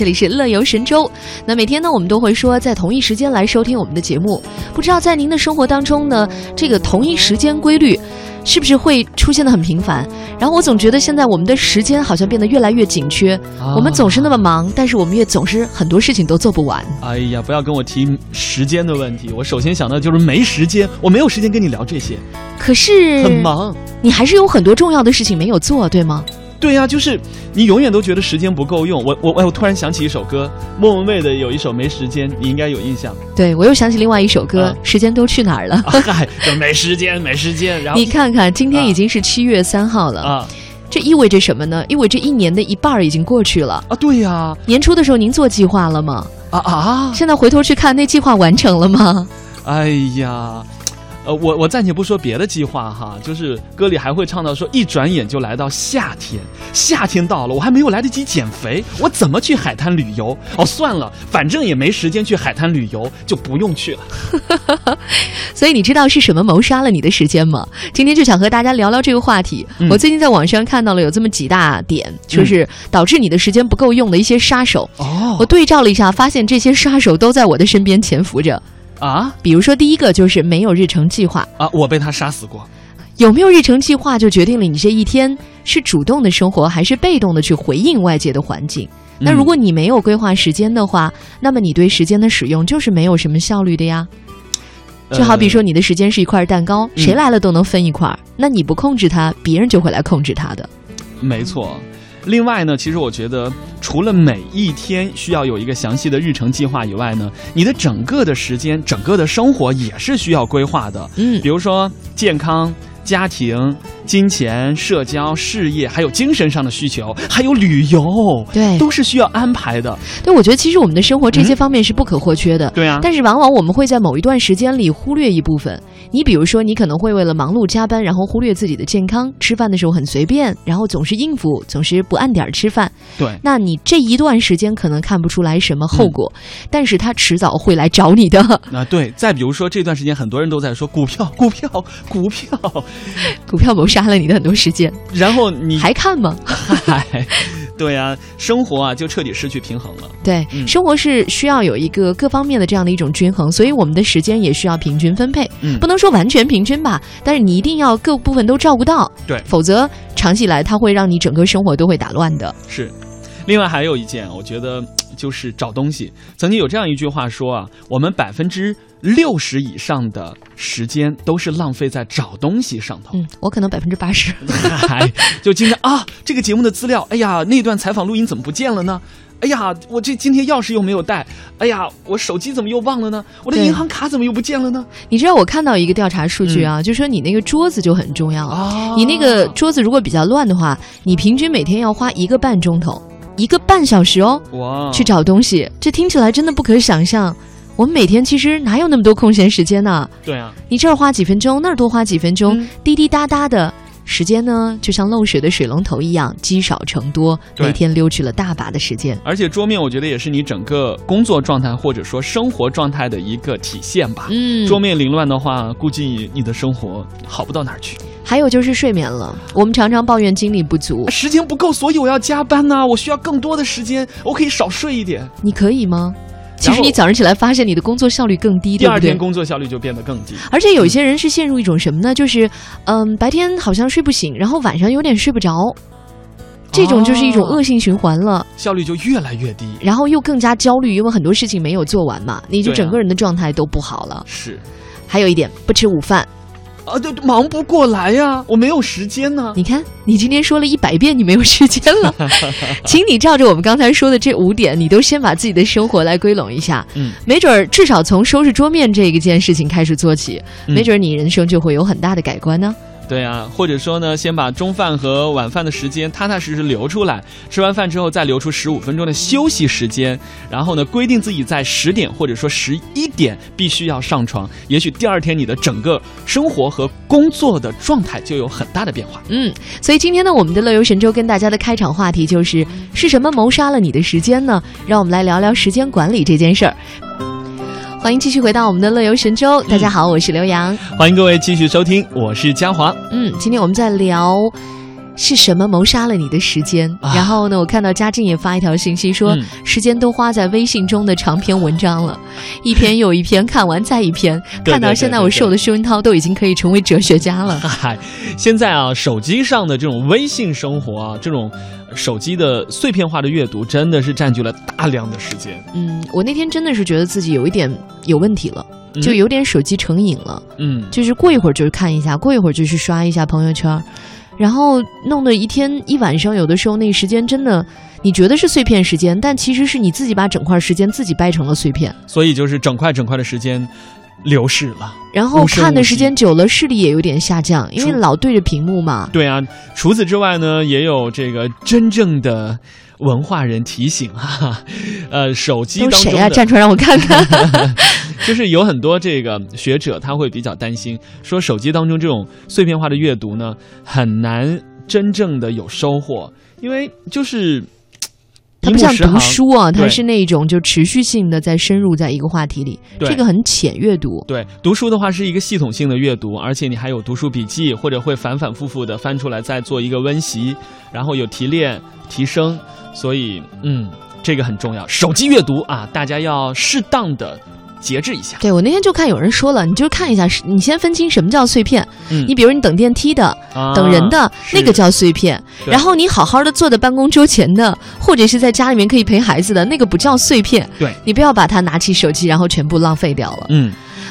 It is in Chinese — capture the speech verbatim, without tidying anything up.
这里是乐游神州。那每天呢，我们都会说在同一时间来收听我们的节目。不知道在您的生活当中呢，这个同一时间规律是不是会出现的很频繁？然后我总觉得现在我们的时间好像变得越来越紧缺，啊、我们总是那么忙，但是我们也总是很多事情都做不完。 哎呀，不要跟我提时间的问题，我首先想到就是没时间，我没有时间跟你聊这些。 可是很忙， 你还是有很多重要的事情没有做，对吗？ 对呀、啊，就是你永远都觉得时间不够用。我我我突然想起一首歌，莫文蔚的有一首《没时间》，你应该有印象。 对，我又想起另外一首歌，啊《时间都去哪儿了》。 嗨、啊，就没时间，没时间。然后你看看，今天已经是七月三号了啊， 这意味着什么呢？意味着一年的一半已经过去了啊。对呀、啊， 年初的时候您做计划了吗？ 啊啊！ 现在回头去看，那计划完成了吗？ 哎呀。呃，我我暂且不说别的计划哈，就是歌里还会唱到说，一转眼就来到夏天，夏天到了，我还没有来得及减肥，我怎么去海滩旅游？哦，算了，反正也没时间去海滩旅游，就不用去了。 所以你知道是什么谋杀了你的时间吗？今天就想和大家聊聊这个话题。嗯、我最近在网上看到了有这么几大点，就是导致你的时间不够用的一些杀手。哦，我对照了一下，发现这些杀手都在我的身边潜伏着。 啊， 比如说第一个就是没有日程计划啊，我被他杀死过。 有没有日程计划就决定了你这一天是主动的生活还是被动的去回应外界的环境。嗯、那如果你没有规划时间的话，那么你对时间的使用就是没有什么效率的呀。就好比说你的时间是一块蛋糕，呃、谁来了都能分一块，嗯、那你不控制它，别人就会来控制它的。 没错。另外呢，其实我觉得除了每一天需要有一个详细的日程计划以外呢，你的整个的时间、整个的生活也是需要规划的。嗯，比如说健康、家庭、金钱、社交、事业，还有精神上的需求，还有旅游， 对， 都是需要安排的。 对，我觉得其实我们的生活这些方面是不可或缺的。 嗯、对啊， 但是往往我们会在某一段时间里忽略一部分。你比如说，你可能会为了忙碌加班，然后忽略自己的健康，吃饭的时候很随便，然后总是应付，总是不按点吃饭。 对， 那你这一段时间可能看不出来什么后果，嗯、但是他迟早会来找你的。 啊，对。再比如说这段时间，很多人都在说股票，股票，股票， 股票谋杀了你的很多时间。 然后你还看吗？ 嗨，对啊，生活啊就彻底失去平衡了。 对，嗯、生活是需要有一个各方面的这样的一种均衡，所以我们的时间也需要平均分配。嗯，不能说完全平均吧，但是你一定要各部分都照顾到。 对， 否则长期以来它会让你整个生活都会打乱的。 是，另外还有一件，我觉得就是找东西。曾经有这样一句话说啊，我们百分之六十以上的时间都是浪费在找东西上头。 嗯，我可能百分之八十。 嗨，就今天啊，这个节目的资料，哎呀，那段采访录音怎么不见了呢？哎呀，我这今天钥匙又没有带，哎呀，我手机怎么又忘了呢？我的银行卡怎么又不见了呢？ 你知道我看到一个调查数据啊，嗯、就说你那个桌子就很重要。哦、你那个桌子如果比较乱的话，你平均每天要花一个半钟头，一个半小时哦，哇，去找东西，这听起来真的不可想象。我们每天其实哪有那么多空闲时间呢？ 对啊， 你这儿花几分钟，那儿多花几分钟，嗯、滴滴答答的。时间呢，就像漏水的水龙头一样，积少成多，每天溜去了大把的时间。 而且桌面，我觉得也是你整个工作状态或者说生活状态的一个体现吧。嗯，桌面凌乱的话，估计你的生活好不到哪儿去。 还有就是睡眠了，我们常常抱怨精力不足， 时间不够，所以我要加班呐、啊，我需要更多的时间，我可以少睡一点。 你可以吗？其实你早上起来发现你的工作效率更低，对不对？ 第二天工作效率就变得更低。 而且有一些人是陷入一种什么呢？就是嗯，白天好像睡不醒，然后晚上有点睡不着，这种就是一种恶性循环了， 效率就越来越低， 然后又更加焦虑，因为很多事情没有做完嘛，你就整个人的状态都不好了。 是， 还有一点，不吃午饭。 啊，对，忙不过来呀，我没有时间呢。 你看，你今天说了一百遍你没有时间了，请你照着我们刚才说的这五点，你都先把自己的生活来归拢一下。嗯，没准儿至少从收拾桌面这一件事情开始做起，嗯、没准儿你人生就会有很大的改观呢。 对啊，或者说呢，先把中饭和晚饭的时间踏踏实实留出来，吃完饭之后再留出十五分钟的休息时间，然后呢，规定自己在十点或者说十一点必须要上床，也许第二天你的整个生活和工作的状态就有很大的变化。 嗯，所以今天呢，我们的乐游神州跟大家的开场话题就是是什么谋杀了你的时间呢？让我们来聊聊时间管理这件事儿。欢迎继续回到我们的乐游神州，大家好，我是刘洋。 欢迎各位继续收听，我是嘉华。 嗯，今天我们在聊是什么谋杀了你的时间？啊、然后呢，我看到嘉靖也发一条信息说，嗯、时间都花在微信中的长篇文章了，一篇又一篇，看完再一篇，看到现在我受的修云涛都已经可以成为哲学家了。 嗨，现在啊，手机上的这种微信生活啊，这种手机的碎片化的阅读，真的是占据了大量的时间。 嗯，我那天真的是觉得自己有一点有问题了。就有点手机成瘾了，嗯，就是过一会儿就看一下，过一会儿就去刷一下朋友圈，然后弄得一天一晚上，有的时候那个时间真的，你觉得是碎片时间，但其实是你自己把整块时间自己掰成了碎片， 所以就是整块整块的时间流逝了， 然后看的时间久了，视力也有点下降，因为老对着屏幕嘛。 对啊，除此之外呢，也有这个真正的文化人提醒哈，呃，手机当中的都谁啊？站出来让我看看。 就是有很多这个学者他会比较担心，说手机当中这种碎片化的阅读呢，很难真正的有收获，因为就是它不像读书啊，它是那种就持续性的在深入在一个话题里，这个很浅阅读。 对，读书的话是一个系统性的阅读，而且你还有读书笔记，或者会反反复复的翻出来再做一个温习，然后有提炼提升，所以嗯，这个很重要。手机阅读啊，大家要适当的节制一下。 对，我那天就看有人说了，你就看一下，你先分清什么叫碎片。嗯，你比如你等电梯的、啊、等人的那个叫碎片，然后你好好的坐在办公桌前的，或者是在家里面可以陪孩子的那个不叫碎片。 对， 你不要把它拿起手机然后全部浪费掉了。 嗯。